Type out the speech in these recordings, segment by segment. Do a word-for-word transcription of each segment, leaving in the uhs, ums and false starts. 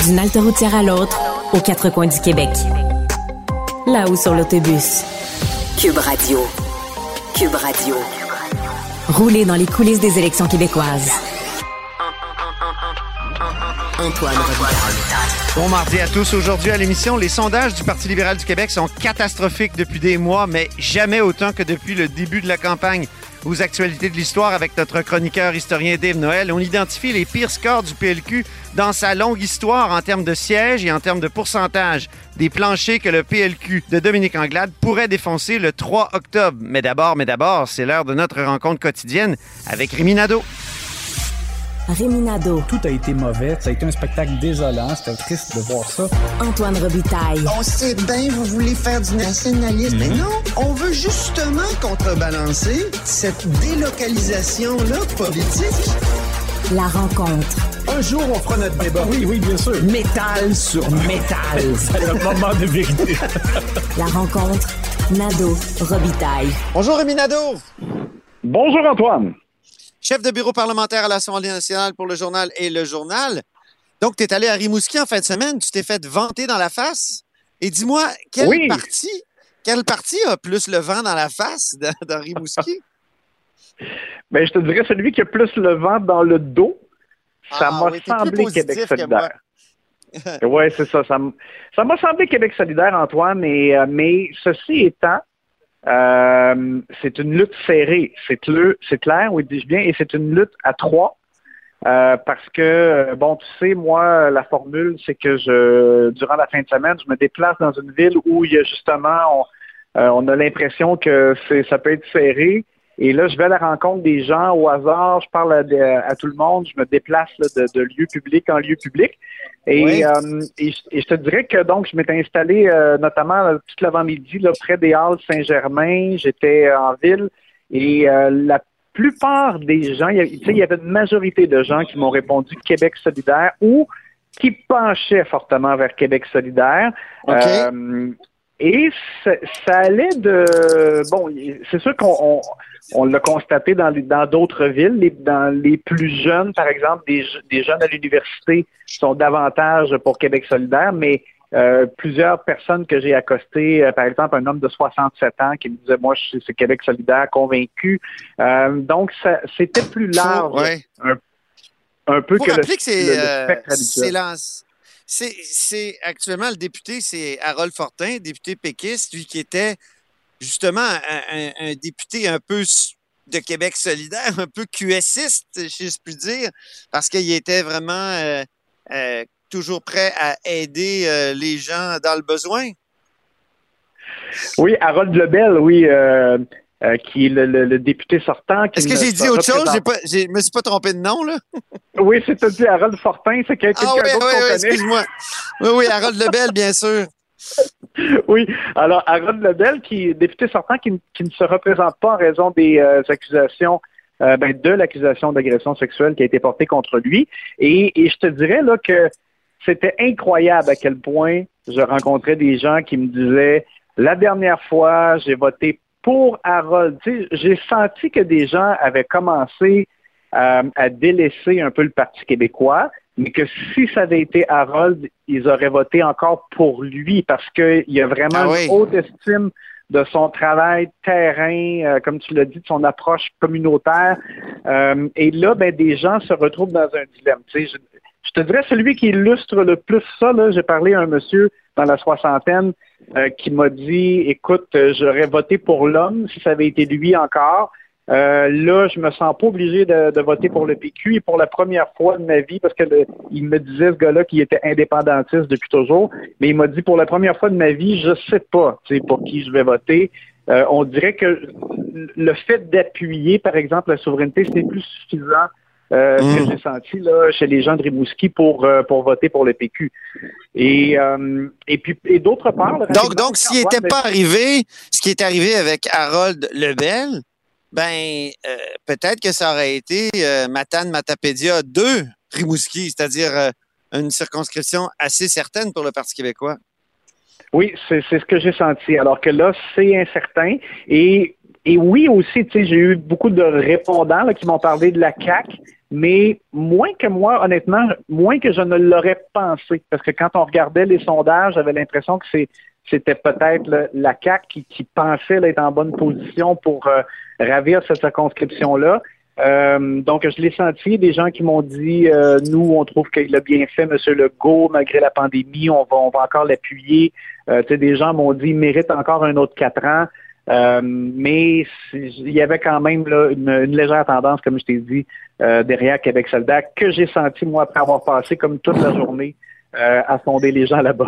D'une halte routière à l'autre, aux quatre coins du Québec. Là-haut sur l'autobus. Cube Radio. Cube Radio. Rouler dans les coulisses des élections québécoises. Antoine Robitaille. Bon mardi à tous. Aujourd'hui à l'émission, les sondages du Parti libéral du Québec sont catastrophiques depuis des mois, mais jamais autant que depuis le début de la campagne. Aux actualités de l'histoire avec notre chroniqueur historien Dave Noël, on identifie les pires scores du P L Q dans sa longue histoire en termes de sièges et en termes de pourcentage des planchers que le P L Q de Dominique Anglade pourrait défoncer le trois octobre. Mais d'abord, mais d'abord, c'est l'heure de notre rencontre quotidienne avec Rémi Nadeau. Rémi Nadeau. Tout a été mauvais. Ça a été un spectacle désolant. C'était triste de voir ça. Antoine Robitaille. On sait bien, vous voulez faire du nationalisme. Mais non, on veut justement contrebalancer cette délocalisation-là politique. La rencontre. Un jour, on fera notre débat. Oui, oui, bien sûr. Métal sur métal. C'est le moment de vérité. La rencontre. Nadeau. Robitaille. Bonjour Rémi Nadeau. Bonjour Antoine. Chef de bureau parlementaire à l'Assemblée nationale pour le journal et le journal. Donc, tu es allé à Rimouski en fin de semaine. Tu t'es fait vanter dans la face. Et dis-moi, quel oui. parti quel parti a plus le vent dans la face de, de Rimouski? Bien, je te dirais celui qui a plus le vent dans le dos. Ça ah, m'a oui, semblé Québec solidaire. Oui, c'est ça. Ça, m- ça m'a semblé Québec solidaire, Antoine. Et, euh, mais ceci étant, Euh, c'est une lutte serrée, c'est, le, c'est clair, oui, dis-je bien, et c'est une lutte à trois, euh, parce que, bon, tu sais, moi, la formule, c'est que je, durant la fin de semaine, je me déplace dans une ville où il y a justement, on, euh, on a l'impression que c'est, ça peut être serré, et là, je vais à la rencontre des gens au hasard, je parle à, de, à tout le monde, je me déplace là, de, de lieu public en lieu public. Et, oui. euh, et, et je te dirais que donc je m'étais installé euh, notamment tout l'avant-midi là, près des Halles Saint-Germain. J'étais en ville et euh, la plupart des gens, il y, il y avait une majorité de gens qui m'ont répondu Québec solidaire ou qui penchaient fortement vers Québec solidaire. Okay. Euh, et ça, ça allait de... Bon, c'est sûr qu'on... On, On l'a constaté dans, les, dans d'autres villes. Les, dans les plus jeunes, par exemple, des, des jeunes à l'université sont davantage pour Québec solidaire, mais euh, plusieurs personnes que j'ai accostées, euh, par exemple, un homme de soixante-sept ans qui me disait, moi, je suis Québec solidaire, convaincu. Euh, donc, ça, c'était plus large, ouais. un, un peu Faut que le, que c'est, le, le euh, spectre habituel. C'est, lance... c'est, c'est actuellement le député, c'est Harold Fortin, député péquiste, lui qui était justement un, un, un député un peu de Québec solidaire, un peu QSiste, si je puis dire, parce qu'il était vraiment euh, euh, toujours prêt à aider euh, les gens dans le besoin. Oui, Harold Lebel, oui, euh, euh, qui est le, le, le député sortant. Qui Est-ce que j'ai dit autre chose? J'ai pas, j'ai, je me suis pas trompé de nom, là? Oui, c'est tout dit Harold Fortin, c'est quelqu'un ah, oui, d'autre oui, qu'on oui, connaît. Excuse-moi. Oui, oui, Harold Lebel, bien sûr. Oui, alors Harold Lebel, qui est député sortant, qui, qui ne se représente pas en raison des euh, accusations, euh, ben, de l'accusation d'agression sexuelle qui a été portée contre lui. Et, et je te dirais là que c'était incroyable à quel point je rencontrais des gens qui me disaient « La dernière fois, j'ai voté pour Harold. » Tu sais, j'ai senti que des gens avaient commencé euh, à délaisser un peu le Parti québécois, mais que si ça avait été Harold, ils auraient voté encore pour lui parce qu'il y a vraiment ah oui. une haute estime de son travail terrain, euh, comme tu l'as dit, de son approche communautaire. Euh, et là, ben, des gens se retrouvent dans un dilemme. Tu sais, je, je te dirais, celui qui illustre le plus ça, là, j'ai parlé à un monsieur dans la soixantaine euh, qui m'a dit, écoute, euh, j'aurais voté pour l'homme si ça avait été lui encore. Euh, là, je me sens pas obligé de, de voter pour le P Q et pour la première fois de ma vie, parce que le, il me disait, ce gars-là, qu'il était indépendantiste depuis toujours, mais il m'a dit, pour la première fois de ma vie, je sais pas, tu sais, pour qui je vais voter. Euh, on dirait que le fait d'appuyer, par exemple, la souveraineté, c'est plus suffisant euh, mmh. que j'ai senti là chez les gens de Rimouski pour euh, pour voter pour le P Q. Et euh, et puis et d'autre part, là, donc donc s'il n'était ben, pas arrivé, ce qui est arrivé avec Harold Lebel, ben euh, peut-être que ça aurait été euh, Matane Matapédia deux Rimouski, c'est-à-dire euh, une circonscription assez certaine pour le Parti québécois. Oui, c'est, c'est ce que j'ai senti. Alors que là, c'est incertain. Et, et oui aussi, tu sais, j'ai eu beaucoup de répondants là, qui m'ont parlé de la C A Q. mais moins que moi, honnêtement, moins que je ne l'aurais pensé. Parce que quand on regardait les sondages, j'avais l'impression que c'est, c'était peut-être le, la C A Q qui, qui pensait là, être en bonne position pour euh, ravir cette circonscription-là. Euh, donc, je l'ai senti, des gens qui m'ont dit, euh, nous, on trouve qu'il a bien fait, M. Legault, malgré la pandémie, on va, on va encore l'appuyer. Euh, tu sais, des gens m'ont dit, il mérite encore un autre quatre ans. Euh, mais il y avait quand même là, une, une légère tendance, comme je t'ai dit, euh, derrière Québec solidaire, que j'ai senti, moi, après avoir passé comme toute la journée euh, à sonder les gens là-bas.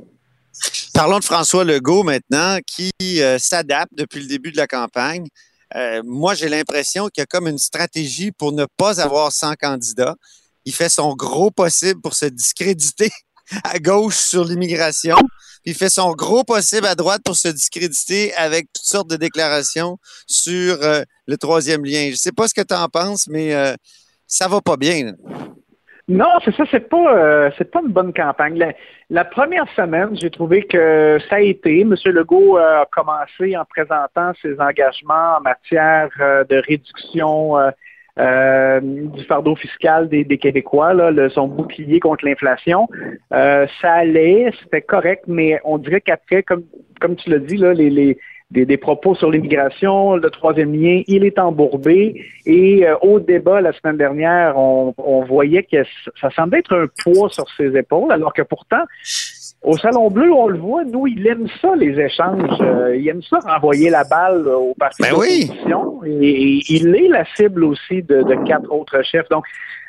Parlons de François Legault maintenant, qui euh, s'adapte depuis le début de la campagne. Euh, moi, j'ai l'impression qu'il y a comme une stratégie pour ne pas avoir cent candidats. Il fait son gros possible pour se discréditer à gauche sur l'immigration. Puis il fait son gros possible à droite pour se discréditer avec toutes sortes de déclarations sur euh, le troisième lien. Je sais pas ce que tu en penses, mais euh, ça va pas bien. Là. Non, c'est ça, c'est pas euh, c'est pas une bonne campagne. La, la première semaine, j'ai trouvé que ça a été. M. Legault euh, a commencé en présentant ses engagements en matière euh, de réduction euh, euh, du fardeau fiscal des, des Québécois, là, le, son bouclier contre l'inflation. Euh, ça allait, c'était correct, mais on dirait qu'après, comme comme tu l'as dit, là, les, les Des, des propos sur l'immigration, le troisième lien, il est embourbé. Et euh, au débat la semaine dernière, on, on voyait que ça semblait être un poids sur ses épaules, alors que pourtant, au Salon Bleu, on le voit, nous, il aime ça, les échanges. Euh, il aime ça renvoyer la balle au parti ben d'opposition. Oui. Et, et il est la cible aussi de, de quatre autres chefs. Donc,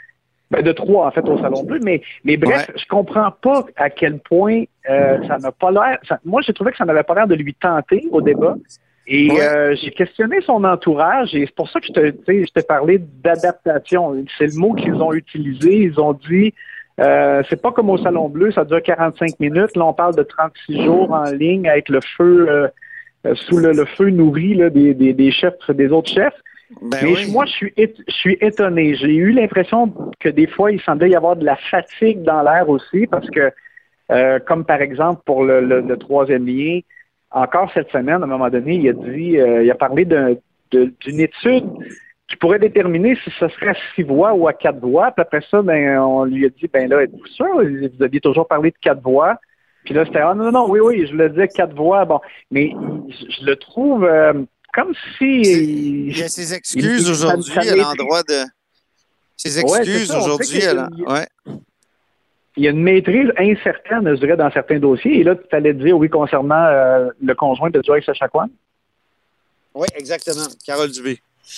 ben de trois, en fait, au Salon Bleu. Mais, mais bref, ouais. Je comprends pas à quel point euh, ça n'a pas l'air... Ça, moi, j'ai trouvé que ça n'avait pas l'air de lui tenter au débat. Et ouais. euh, j'ai questionné son entourage et c'est pour ça que je te, je t'ai parlé d'adaptation. C'est le mot qu'ils ont utilisé. Ils ont dit, euh, c'est pas comme au Salon Bleu, ça dure quarante-cinq minutes. Là, on parle de trente-six jours en ligne avec le feu, euh, sous le, le feu nourri là, des, des, des chefs, des autres chefs. Ben Mais oui. moi, je suis, é- je suis étonné. J'ai eu l'impression que des fois, il semblait y avoir de la fatigue dans l'air aussi, parce que, euh, comme par exemple pour le, le, le troisième lien, encore cette semaine, à un moment donné, il a dit, euh, il a parlé d'un, de, d'une étude qui pourrait déterminer si ce serait à six voix ou à quatre voix. Puis après ça, ben, on lui a dit, ben là, êtes-vous sûr? Vous aviez toujours parlé de quatre voix. Puis là, c'était, ah non, non, oui, oui, je le disais quatre voix. Bon, mais je, je le trouve... Euh, Comme si... Il y a ses excuses il, aujourd'hui il, à l'endroit de... Ses excuses ouais, aujourd'hui à l'endroit... Ouais. Il y a une maîtrise incertaine, je dirais, dans certains dossiers. Et là, tu allais dire, oui, concernant euh, le conjoint de Joyce Echaquan. Oui, exactement. Carole Dubé.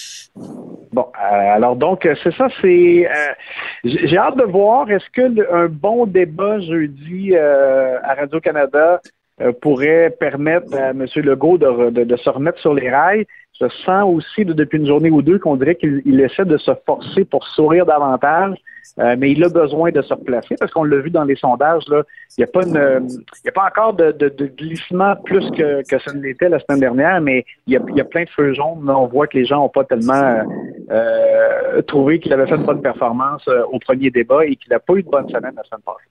Bon, euh, alors donc, c'est ça, c'est... Euh, j'ai hâte de voir, est-ce qu'un bon débat jeudi euh, à Radio-Canada... Euh, pourrait permettre à M. Legault de, de, de se remettre sur les rails. Je sens aussi de, depuis une journée ou deux qu'on dirait qu'il il essaie de se forcer pour sourire davantage, euh, mais il a besoin de se replacer parce qu'on l'a vu dans les sondages, là, il n'y a pas une, euh, il y a pas encore de, de, de glissement plus que, que ça ne l'était la semaine dernière, mais il y a, il y a plein de feux jaunes. Là, on voit que les gens n'ont pas tellement euh, trouvé qu'il avait fait une bonne performance euh, au premier débat et qu'il n'a pas eu de bonne semaine la semaine passée.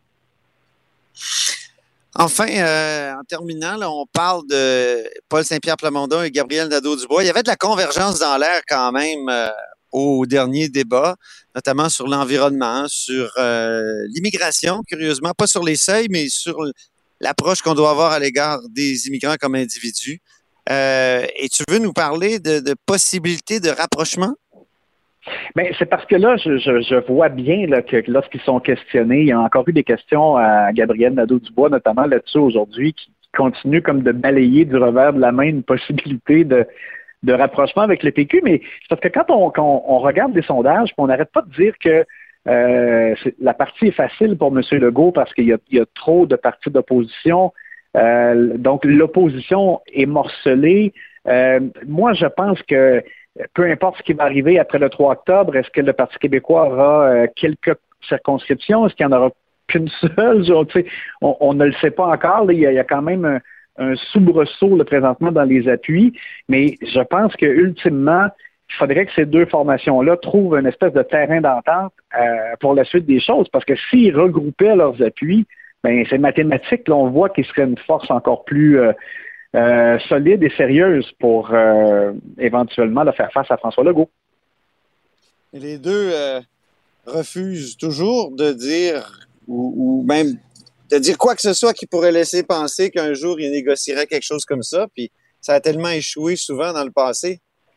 Enfin, euh, en terminant, là, on parle de Paul Saint-Pierre Plamondon et Gabriel Nadeau-Dubois. Il y avait de la convergence dans l'air quand même euh, au dernier débat, notamment sur l'environnement, sur euh, l'immigration, curieusement, pas sur les seuils, mais sur l'approche qu'on doit avoir à l'égard des immigrants comme individus. Euh, et tu veux nous parler de, de possibilités de rapprochement? Ben, c'est parce que là, je, je, je vois bien là, que lorsqu'ils sont questionnés, il y a encore eu des questions à Gabriel Nadeau-Dubois, notamment là-dessus aujourd'hui, qui continue comme de balayer du revers de la main une possibilité de, de rapprochement avec le P Q. Mais c'est parce que quand on, quand on regarde des sondages, on n'arrête pas de dire que euh, c'est, la partie est facile pour M. Legault parce qu'il y a, il y a trop de partis d'opposition. Euh, donc, l'opposition est morcelée. Euh, moi, je pense que peu importe ce qui va arriver après le trois octobre, est-ce que le Parti québécois aura euh, quelques circonscriptions? Est-ce qu'il n'y en aura qu'une seule? Genre, on, on ne le sait pas encore. Là. Il, y a, il y a quand même un, un soubresaut là, présentement dans les appuis. Mais je pense que ultimement, il faudrait que ces deux formations-là trouvent une espèce de terrain d'entente euh, pour la suite des choses. Parce que s'ils regroupaient leurs appuis, ben c'est mathématique. Là, on voit qu'ils seraient une force encore plus... Euh, Euh, solide et sérieuse pour euh, éventuellement là, faire face à François Legault. Et les deux, euh, refuse toujours de dire, ou, ou même de dire quoi que ce soit qui pourrait laisser penser qu'un jour, il négocierait quelque chose comme ça, puis ça a tellement échoué souvent dans le passé.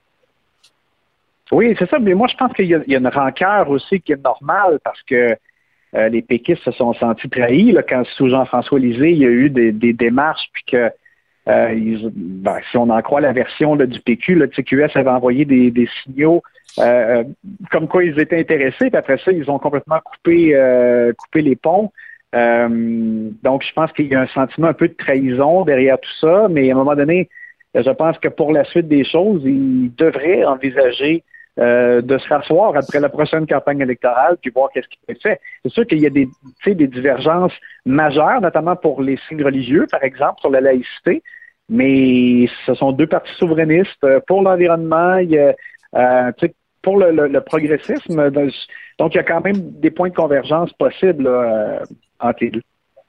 Oui, c'est ça, mais moi, je pense qu'il y a, il y a une rancœur aussi qui est normale, parce que euh, les péquistes se sont sentis trahis, là, quand sous Jean-François Lisée, il y a eu des, des démarches, puis que Euh, ils, ben, si on en croit la version là, du P Q, le T Q S avait envoyé des, des signaux euh, comme quoi ils étaient intéressés, puis après ça, ils ont complètement coupé, euh, coupé les ponts. Euh, donc, je pense qu'il y a un sentiment un peu de trahison derrière tout ça, mais à un moment donné, je pense que pour la suite des choses, ils devraient envisager euh, de se rasseoir après la prochaine campagne électorale puis voir qu'est-ce qui peut être fait. C'est sûr qu'il y a des, tu sais, des divergences majeures, notamment pour les signes religieux, par exemple, sur la laïcité, mais ce sont deux partis souverainistes. Pour l'environnement, il y a, euh, tu sais, pour le, le, le progressisme, donc il y a quand même des points de convergence possibles là, entre les deux.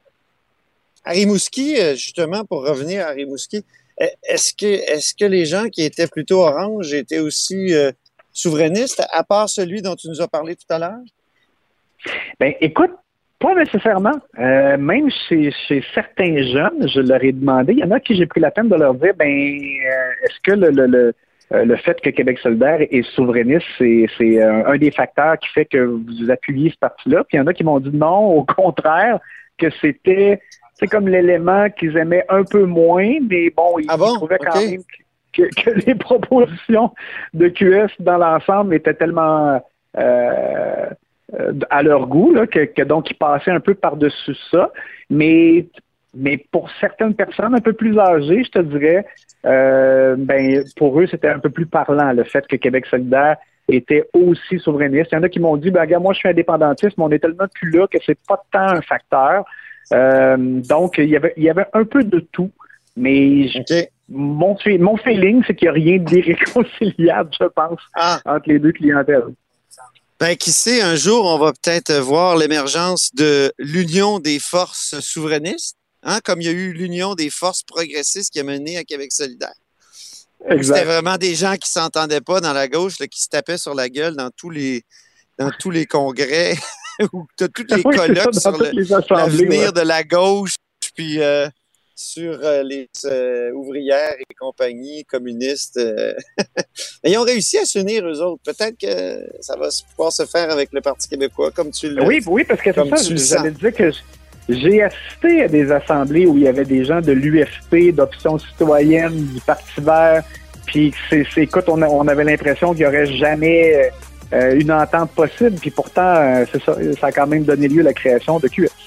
À Rimouski, justement, pour revenir à Rimouski, est-ce que, est-ce que les gens qui étaient plutôt orange étaient aussi euh, souverainistes, à part celui dont tu nous as parlé tout à l'heure? Ben, écoute, pas nécessairement. Euh, même chez, chez certains jeunes, je leur ai demandé, il y en a qui j'ai pris la peine de leur dire, ben, euh, est-ce que le, le, le, le fait que Québec solidaire est souverainiste, c'est, c'est un, un des facteurs qui fait que vous appuyez ce parti-là? Puis il y en a qui m'ont dit non, au contraire, que c'était, c'est comme l'élément qu'ils aimaient un peu moins, mais bon, ils, ah bon? ils trouvaient quand okay. même que, que les propositions de Q S dans l'ensemble étaient tellement euh, à leur goût, là, que, que donc ils passaient un peu par-dessus ça. Mais, mais pour certaines personnes un peu plus âgées, je te dirais, euh, ben pour eux, c'était un peu plus parlant, le fait que Québec solidaire était aussi souverainiste. Il y en a qui m'ont dit, ben regarde, moi je suis indépendantiste, mais on est tellement plus là que c'est pas tant un facteur. Euh, donc, il y avait, il y avait un peu de tout, mais je, okay. mon, mon feeling, c'est qu'il n'y a rien d'irréconciliable, je pense, ah. entre les deux clientèles. Ben, qui sait, un jour, on va peut-être voir l'émergence de l'union des forces souverainistes, hein, comme il y a eu l'union des forces progressistes qui a mené à Québec solidaire. Exact. C'était vraiment des gens qui s'entendaient pas dans la gauche, là, qui se tapaient sur la gueule dans tous les, dans tous les congrès, où tu as tous les oui, colloques ça, sur le, l'avenir ouais. de la gauche, puis euh, sur euh, les euh, ouvrières et compagnie communistes. Euh. Ils ont réussi à s'unir, eux autres. Peut-être que ça va pouvoir se faire avec le Parti québécois, comme tu le Oui, oui, parce que c'est ça, j'allais dire que j'ai assisté à des assemblées où il y avait des gens de l'U F P, d'Option citoyenne, du Parti vert, puis c'est, c'est, écoute, on, a, on avait l'impression qu'il n'y aurait jamais euh, une entente possible, puis pourtant, euh, c'est ça, ça a quand même donné lieu à la création de Q S.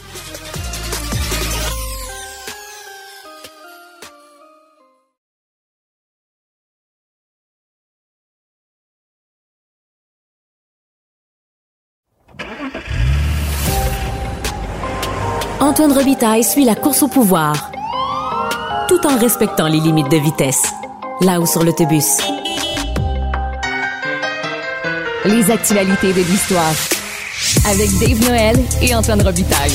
Antoine Robitaille suit la course au pouvoir, tout en respectant les limites de vitesse. Là-haut sur l'autobus. Les actualités de l'histoire. Avec Dave Noël et Antoine Robitaille.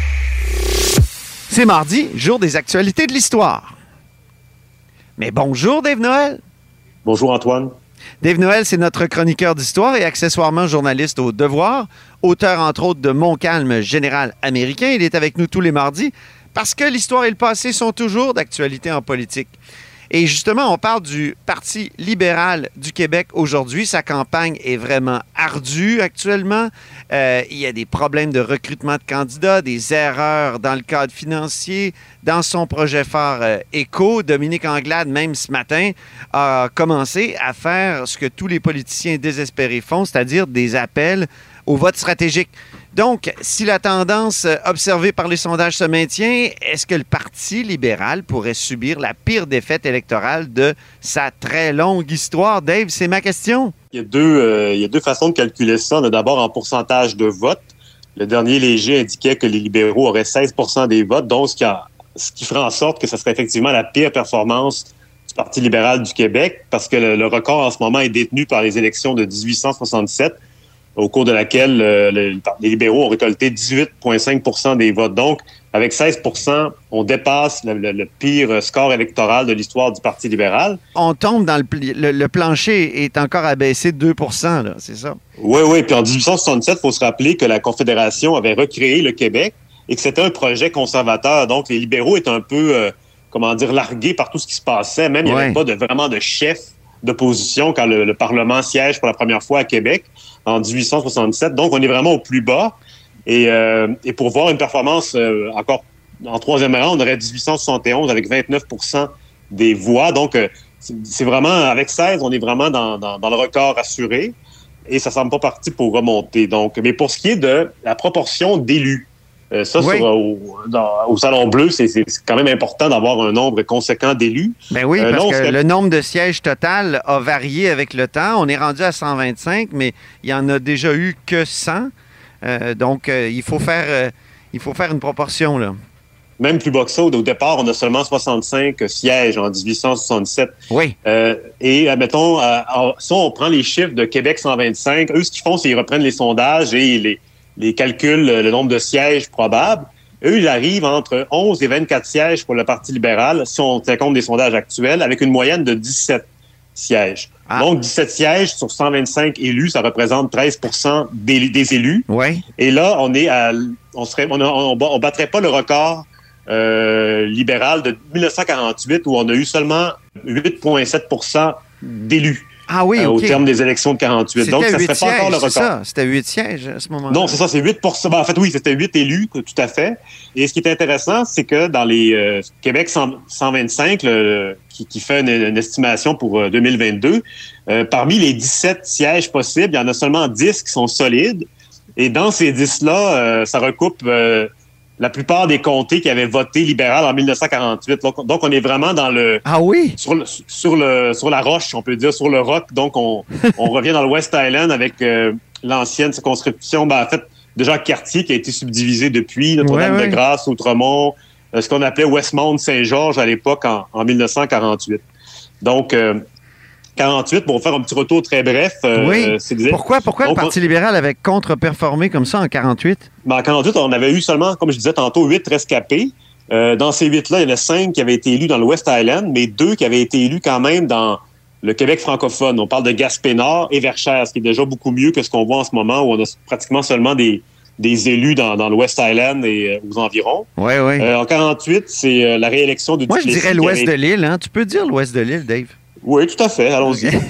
C'est mardi, jour des actualités de l'histoire. Mais bonjour Dave Noël. Bonjour Antoine. Dave Noël, c'est notre chroniqueur d'histoire et accessoirement journaliste au Devoir, auteur entre autres de Montcalm, général américain. Il est avec nous tous les mardis parce que l'histoire et le passé sont toujours d'actualité en politique. Et justement, on parle du Parti libéral du Québec aujourd'hui. Sa campagne est vraiment ardue actuellement. Euh, il y a des problèmes de recrutement de candidats, des erreurs dans le cadre financier. Dans son projet phare euh, Éco, Dominique Anglade, même ce matin, a commencé à faire ce que tous les politiciens désespérés font, c'est-à-dire des appels au vote stratégique. Donc, si la tendance observée par les sondages se maintient, est-ce que le Parti libéral pourrait subir la pire défaite électorale de sa très longue histoire? Dave, c'est ma question. Il y a deux, euh, il y a deux façons de calculer ça. On a d'abord en pourcentage de vote. Le dernier léger indiquait que les libéraux auraient seize pour cent des votes, donc ce qui, a, ce qui ferait en sorte que ce serait effectivement la pire performance du Parti libéral du Québec, parce que le, le record en ce moment est détenu par les élections de dix-huit cent soixante-sept, au cours de laquelle euh, le, les libéraux ont récolté dix-huit virgule cinq pour cent des votes. Donc, avec seize pour cent, on dépasse le, le, le pire score électoral de l'histoire du Parti libéral. On tombe dans le, pli- le, le plancher est encore abaissé de deux pour cent, là, c'est ça? Oui, oui. Puis en dix-huit cent soixante-sept, il faut se rappeler que la Confédération avait recréé le Québec et que c'était un projet conservateur. Donc, les libéraux étaient un peu, euh, comment dire, largués par tout ce qui se passait. Même, il n'y avait Ouais. pas de, vraiment de chef d'opposition quand le, le Parlement siège pour la première fois à Québec en dix-huit cent soixante-sept. Donc, on est vraiment au plus bas. Et, euh, et pour voir une performance euh, encore en troisième rang, on aurait dix-huit cent soixante et onze avec vingt-neuf pour cent des voix. Donc, euh, c'est, c'est vraiment, avec seize, on est vraiment dans, dans, dans le record assuré. Et ça ne semble pas parti pour remonter. Donc, mais pour ce qui est de la proportion d'élus, euh, ça, Oui. sur, au, dans, au Salon Bleu, c'est, c'est quand même important d'avoir un nombre conséquent d'élus. Ben oui, Euh, parce là, on que serait- le nombre de sièges total a varié avec le temps. On est rendu à cent vingt-cinq, mais il y en a déjà eu que cent. Euh, donc, euh, il faut faire, euh, il faut faire une proportion, là. Même plus bas que ça, au départ, on a seulement soixante-cinq sièges en dix-huit cent soixante-sept. Oui. Euh, et, admettons, euh, alors, si on prend les chiffres de Québec cent vingt-cinq, eux, ce qu'ils font, c'est qu'ils reprennent les sondages et les, les calculent le nombre de sièges probables. Eux, ils arrivent entre onze et vingt-quatre sièges pour le Parti libéral, si on tient compte des sondages actuels, avec une moyenne de dix-sept sièges. Ah. Donc, dix-sept sièges sur cent vingt-cinq élus, ça représente treize pour cent des, des élus. Oui. Et là, on est à, on serait, on, on, on battrait pas le record euh, libéral de dix-neuf cent quarante-huit où on a eu seulement huit virgule sept pour cent d'élus Ah oui, euh, OK. au terme des élections de quarante-huit. C'était Donc, ça huit serait pas encore le sièges, c'est record. ça? C'était huit sièges à ce moment-là. Non, c'est ça, c'est huit pour cent. Ben, en fait, oui, c'était huit élus, tout à fait. Et ce qui est intéressant, c'est que dans les euh, Québec cent vingt-cinq, le, qui, qui fait une, une estimation pour euh, deux mille vingt-deux, euh, parmi les dix-sept sièges possibles, il y en a seulement dix qui sont solides. Et dans ces dix-là, euh, ça recoupe euh, la plupart des comtés qui avaient voté libéral en dix-neuf cent quarante-huit. Donc, donc on est vraiment dans le... Ah oui? Sur, le, sur, le, sur la roche, on peut dire, sur le roc. Donc, on, on revient dans le West Island avec euh, l'ancienne circonscription, ben, en fait, déjà Cartier qui a été subdivisé depuis, Notre-Dame-de-Grâce, ouais, ouais. Outremont, euh, ce qu'on appelait Westmount-Saint-Georges à l'époque en, en dix-neuf cent quarante-huit. Donc, euh, quarante-huit, pour faire un petit retour très bref. Euh, oui. C'est des... Pourquoi, pourquoi Donc, le Parti on... libéral avait contre-performé comme ça en quarante-huit? Ben, en quarante-huit, on avait eu seulement, comme je disais tantôt, huit rescapés. Euh, dans ces huit-là, il y en a cinq qui avaient été élus dans le West Island, mais deux qui avaient été élus quand même dans le Québec francophone. On parle de Gaspé-Nord et Verchères, ce qui est déjà beaucoup mieux que ce qu'on voit en ce moment, où on a pratiquement seulement des, des élus dans, dans le West Island et euh, aux environs. Oui, oui. Euh, en quarante-huit, c'est euh, la réélection de Moi, Duplessis. je dirais l'Ouest avait... de l'île. Hein? Tu peux dire l'Ouest de l'île, Dave? Oui, tout à fait. Allons-y. Okay.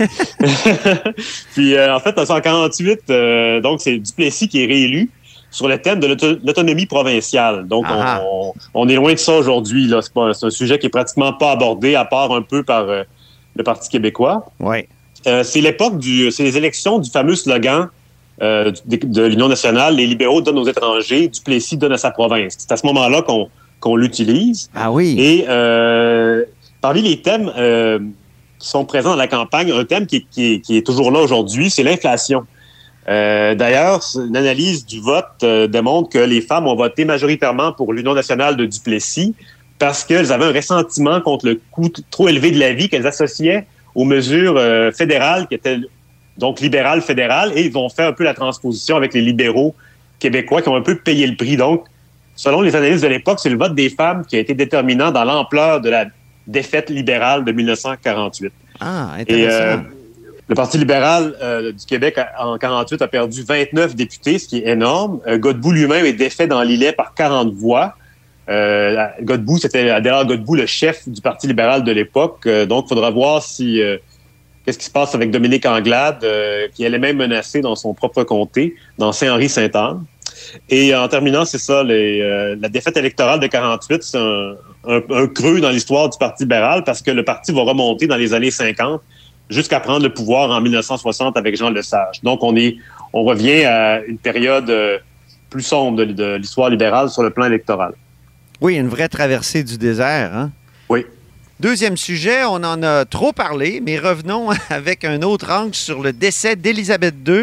Puis, euh, en fait, en quarante-huit, euh, donc, c'est Duplessis qui est réélu sur le thème de l'auto- l'autonomie provinciale. Donc, on, on, on est loin de ça aujourd'hui. Là. C'est, pas, c'est un sujet qui est pratiquement pas abordé, à part un peu par euh, le Parti québécois. Oui. Euh, c'est l'époque du... C'est les élections du fameux slogan euh, de, de l'Union nationale, les libéraux donnent aux étrangers, Duplessis donne à sa province. C'est à ce moment-là qu'on, qu'on l'utilise. Ah oui. Et euh, parmi les thèmes... Euh, qui sont présents dans la campagne, un thème qui, qui, qui est toujours là aujourd'hui, c'est l'inflation. Euh, d'ailleurs, une analyse du vote euh, démontre que les femmes ont voté majoritairement pour l'Union nationale de Duplessis parce qu'elles avaient un ressentiment contre le coût t- trop élevé de la vie qu'elles associaient aux mesures euh, fédérales qui étaient donc libérales fédérales, et ils ont fait un peu la transposition avec les libéraux québécois qui ont un peu payé le prix. Donc, selon les analyses de l'époque, c'est le vote des femmes qui a été déterminant dans l'ampleur de la défaite libérale de dix-neuf cent quarante-huit. Ah, intéressant. Et, euh, le Parti libéral euh, du Québec en quarante-huit a perdu vingt-neuf députés, ce qui est énorme. Euh, Godbout lui-même est défait dans l'Îlet par quarante voix. Euh, Godbout, c'était Adélard Godbout, le chef du Parti libéral de l'époque. Euh, donc, il faudra voir si euh, qu'est-ce qui se passe avec Dominique Anglade, euh, qui elle est même menacée dans son propre comté, dans Saint-Henri-Sainte-Anne. Et en terminant, c'est ça, les, euh, la défaite électorale de quarante-huit, c'est un, un, un creux dans l'histoire du Parti libéral parce que le parti va remonter dans les années cinquante jusqu'à prendre le pouvoir en dix-neuf cent soixante avec Jean Lesage. Donc, on est, on revient à une période euh, plus sombre de, de l'histoire libérale sur le plan électoral. Oui, une vraie traversée du désert, hein? Oui. Deuxième sujet, on en a trop parlé, mais revenons avec un autre angle sur le décès d'Élisabeth deux.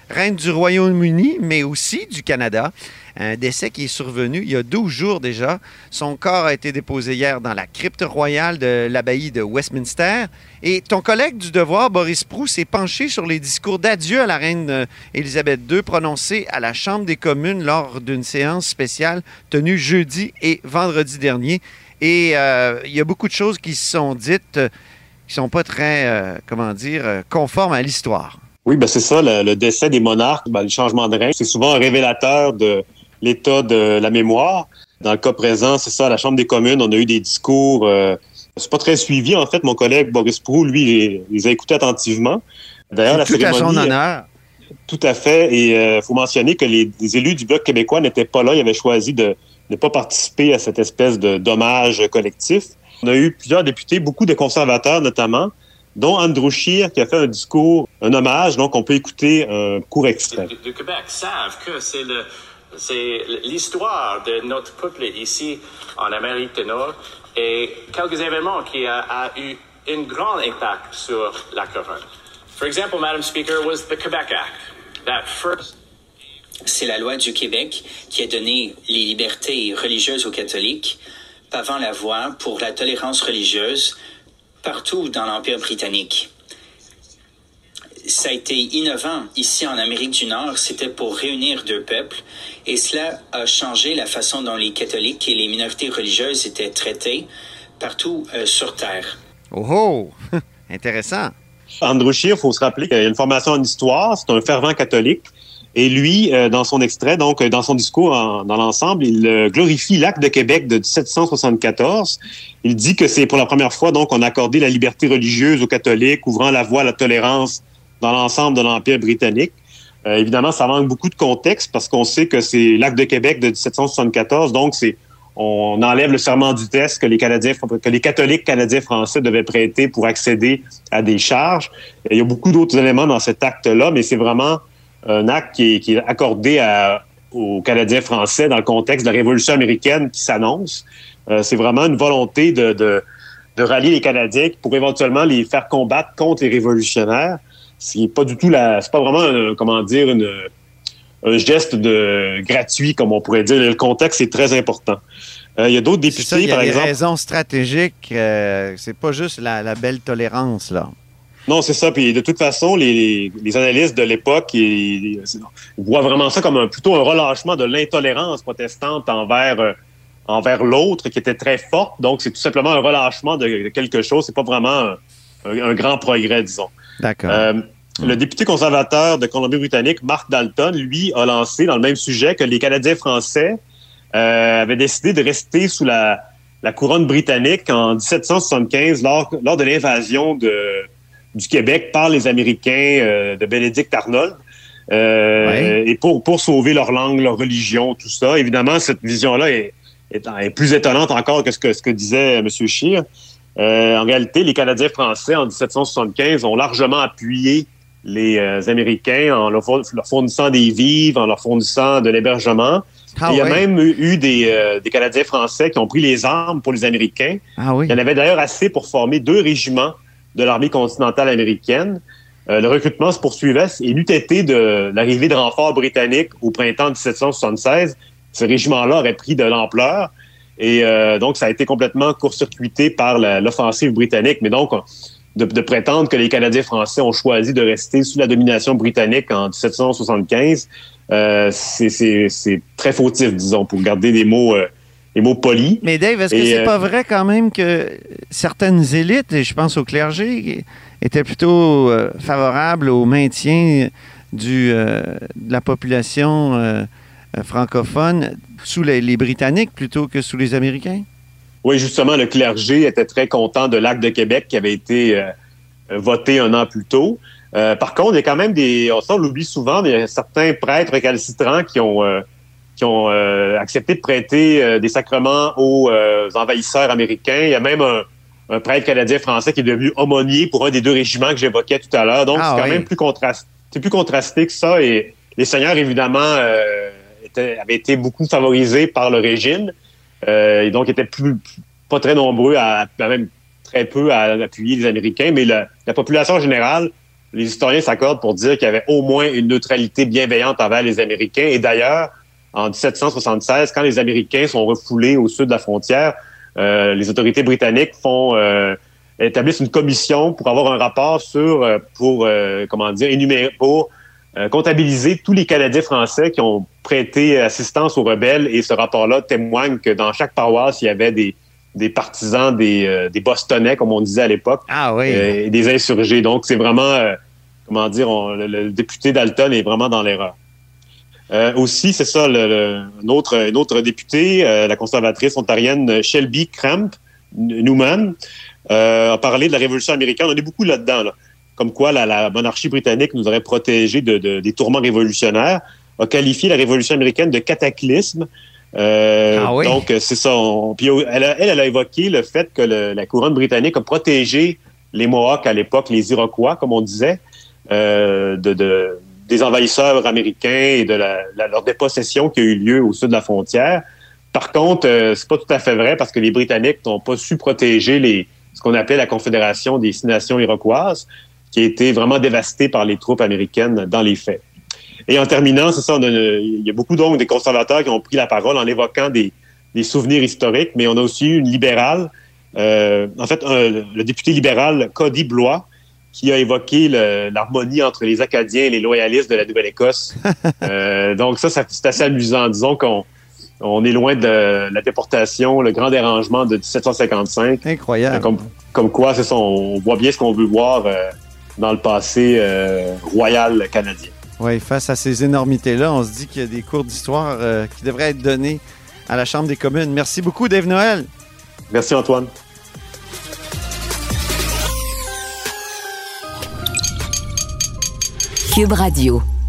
reine du Royaume-Uni, mais aussi du Canada. Un décès qui est survenu il y a douze jours déjà. Son corps a été déposé hier dans la crypte royale de l'abbaye de Westminster. Et ton collègue du Devoir, Boris Proulx, s'est penché sur les discours d'adieu à la reine Élisabeth deux prononcés à la Chambre des communes lors d'une séance spéciale tenue jeudi et vendredi dernier. Et euh, il y a beaucoup de choses qui se sont dites euh, qui ne sont pas très, euh, comment dire, euh, conformes à l'histoire. Oui, ben c'est ça, le, le décès des monarques, ben, le changement de règne, c'est souvent un révélateur de l'état de la mémoire. Dans le cas présent, c'est ça, à la Chambre des communes, on a eu des discours, euh, c'est pas très suivi, en fait. Mon collègue Boris Proulx, lui, les, les a écoutés attentivement. D'ailleurs, la tout cérémonie... à son honneur. Tout à fait, et il euh, faut mentionner que les, les élus du Bloc québécois n'étaient pas là, ils avaient choisi de ne pas participer à cette espèce de dommage collectif. On a eu plusieurs députés, beaucoup de conservateurs notamment, dont Andrew Scheer qui a fait un discours, un hommage, donc on peut écouter un court extrait. Du, du Québec savent que c'est le c'est l'histoire de notre peuple ici en Amérique du Nord et quelques événements qui a, a eu un grand impact sur la couronne. For example, Madam Speaker, was the Quebec Act. That first... C'est la loi du Québec qui a donné les libertés religieuses aux catholiques, pavant la voie pour la tolérance religieuse partout dans l'Empire britannique. Ça a été innovant ici en Amérique du Nord, c'était pour réunir deux peuples, et cela a changé la façon dont les catholiques et les minorités religieuses étaient traités partout euh, sur Terre. Oh oh! Intéressant! Andrew Scheer, il faut se rappeler qu'il a une formation en histoire, c'est un fervent catholique. Et lui, euh, dans son extrait, donc dans son discours en, dans l'ensemble, il euh, glorifie l'Acte de Québec de dix-sept cent soixante-quatorze. Il dit que c'est pour la première fois donc on a accordé la liberté religieuse aux catholiques, ouvrant la voie à la tolérance dans l'ensemble de l'Empire britannique. Euh, évidemment, ça manque beaucoup de contexte parce qu'on sait que c'est l'Acte de Québec de dix-sept cent soixante-quatorze, donc c'est on enlève le serment du test que les Canadiens, que les catholiques canadiens français devaient prêter pour accéder à des charges. Et il y a beaucoup d'autres éléments dans cet acte-là, mais c'est vraiment un acte qui est, qui est accordé à, aux Canadiens français dans le contexte de la Révolution américaine qui s'annonce. Euh, c'est vraiment une volonté de, de, de rallier les Canadiens pour éventuellement les faire combattre contre les révolutionnaires. C'est pas du tout la, c'est pas vraiment, un, comment dire, une, un geste de gratuit, comme on pourrait dire. Le contexte est très important. Euh, il y a d'autres députés, ça, il y a par des exemple. raisons stratégiques. Euh, c'est pas juste la, la belle tolérance, là. Non, c'est ça. Puis de toute façon, les, les analystes de l'époque ils, ils voient vraiment ça comme un, plutôt un relâchement de l'intolérance protestante envers, euh, envers l'autre, qui était très forte. Donc, c'est tout simplement un relâchement de, de quelque chose. C'est pas vraiment un, un, un grand progrès, disons. D'accord. Euh, Le député conservateur de Colombie-Britannique, Mark Dalton, lui, a lancé dans le même sujet que les Canadiens français euh, avaient décidé de rester sous la, la couronne britannique en dix-sept cent soixante-quinze lors, lors de l'invasion de, du Québec par les Américains euh, de Bénédicte Arnold. Euh, ouais. Et pour, pour sauver leur langue, leur religion, tout ça. Évidemment, cette vision-là est, est, est plus étonnante encore que ce que, ce que disait M. Scheer. Euh, en réalité, les Canadiens français, en dix-sept cent soixante-quinze, ont largement appuyé les euh, Américains en leur, leur fournissant des vivres, en leur fournissant de l'hébergement. Ah, il y a ouais. même eu des, euh, des Canadiens français qui ont pris les armes pour les Américains. Ah, oui. Il y en avait d'ailleurs assez pour former deux régiments de l'armée continentale américaine. Euh, le recrutement se poursuivait et n'eût été de l'arrivée de renforts britanniques au printemps dix-sept cent soixante-seize. Ce régiment-là aurait pris de l'ampleur. Et euh, donc, ça a été complètement court-circuité par la, l'offensive britannique. Mais donc, de, de prétendre que les Canadiens français ont choisi de rester sous la domination britannique en dix-sept cent soixante-quinze, euh, c'est, c'est, c'est très fautif, disons, pour garder des mots, euh, des mots polis. Mais Dave, est-ce et, que c'est euh, pas vrai quand même que certaines élites, et je pense au clergé, étaient plutôt euh, favorables au maintien du, euh, de la population euh, francophone sous les, les Britanniques plutôt que sous les Américains? Oui, justement, le clergé était très content de l'Acte de Québec qui avait été euh, voté un an plus tôt. Euh, par contre, il y a quand même des... Ça, on l'oublie souvent, mais il y a certains prêtres récalcitrants qui ont, euh, qui ont euh, accepté de prêter euh, des sacrements aux euh, envahisseurs américains. Il y a même un, un prêtre canadien-français qui est devenu aumônier pour un des deux régiments que j'évoquais tout à l'heure. Donc, ah, c'est quand oui. même plus contrasté, c'est plus contrasté que ça. Et les seigneurs, évidemment... Euh, avaient été beaucoup favorisés par le régime euh, et donc étaient plus, pas très nombreux, à, à même très peu à appuyer les Américains, mais la, la population générale les historiens s'accordent pour dire qu'il y avait au moins une neutralité bienveillante envers les Américains. Et d'ailleurs, en dix-sept cent soixante-seize, quand les Américains sont refoulés au sud de la frontière, euh, les autorités britanniques font euh, établissent une commission pour avoir un rapport sur euh, pour euh, comment dire énumérer pour euh, comptabiliser tous les Canadiens français qui ont prêté assistance aux rebelles. Et ce rapport-là témoigne que dans chaque paroisse, il y avait des des partisans des, euh, des Bostonnais, comme on disait à l'époque, ah oui. euh, et des insurgés. Donc, c'est vraiment, euh, comment dire, on, le, le député Dalton est vraiment dans l'erreur. Euh, aussi, c'est ça, le, le, une, autre, une autre députée, euh, la conservatrice ontarienne Shelby Cramp Newman, euh, a parlé de la Révolution américaine. On est beaucoup là-dedans, là. Comme quoi la, la monarchie britannique nous aurait protégés de, de, des tourments révolutionnaires, a qualifié la Révolution américaine de cataclysme. Euh, ah oui. Donc, c'est ça. On, puis elle, a, elle, elle a évoqué le fait que le, la couronne britannique a protégé les Mohawks à l'époque, les Iroquois, comme on disait, euh, de, de, des envahisseurs américains et de la, la, leur dépossession qui a eu lieu au sud de la frontière. Par contre, euh, c'est pas tout à fait vrai parce que les Britanniques n'ont pas su protéger les, ce qu'on appelait la Confédération des Six Nations iroquoises, qui a été vraiment dévastée par les troupes américaines dans les faits. Et en terminant, c'est ça, on a, il y a beaucoup donc des conservateurs qui ont pris la parole en évoquant des, des souvenirs historiques, mais on a aussi une libérale, euh, en fait, un, le député libéral Cody Blois, qui a évoqué le, l'harmonie entre les Acadiens et les loyalistes de la Nouvelle-Écosse. euh, donc ça, ça, c'est assez amusant. Disons qu'on on est loin de la déportation, le grand dérangement de dix-sept cent cinquante-cinq. Incroyable. Euh, comme, comme quoi, c'est ça, on voit bien ce qu'on veut voir euh, dans le passé euh, royal canadien. Oui, face à ces énormités-là, on se dit qu'il y a des cours d'histoire euh, qui devraient être donnés à la Chambre des communes. Merci beaucoup, Dave Noël. Merci, Antoine. Cube Radio.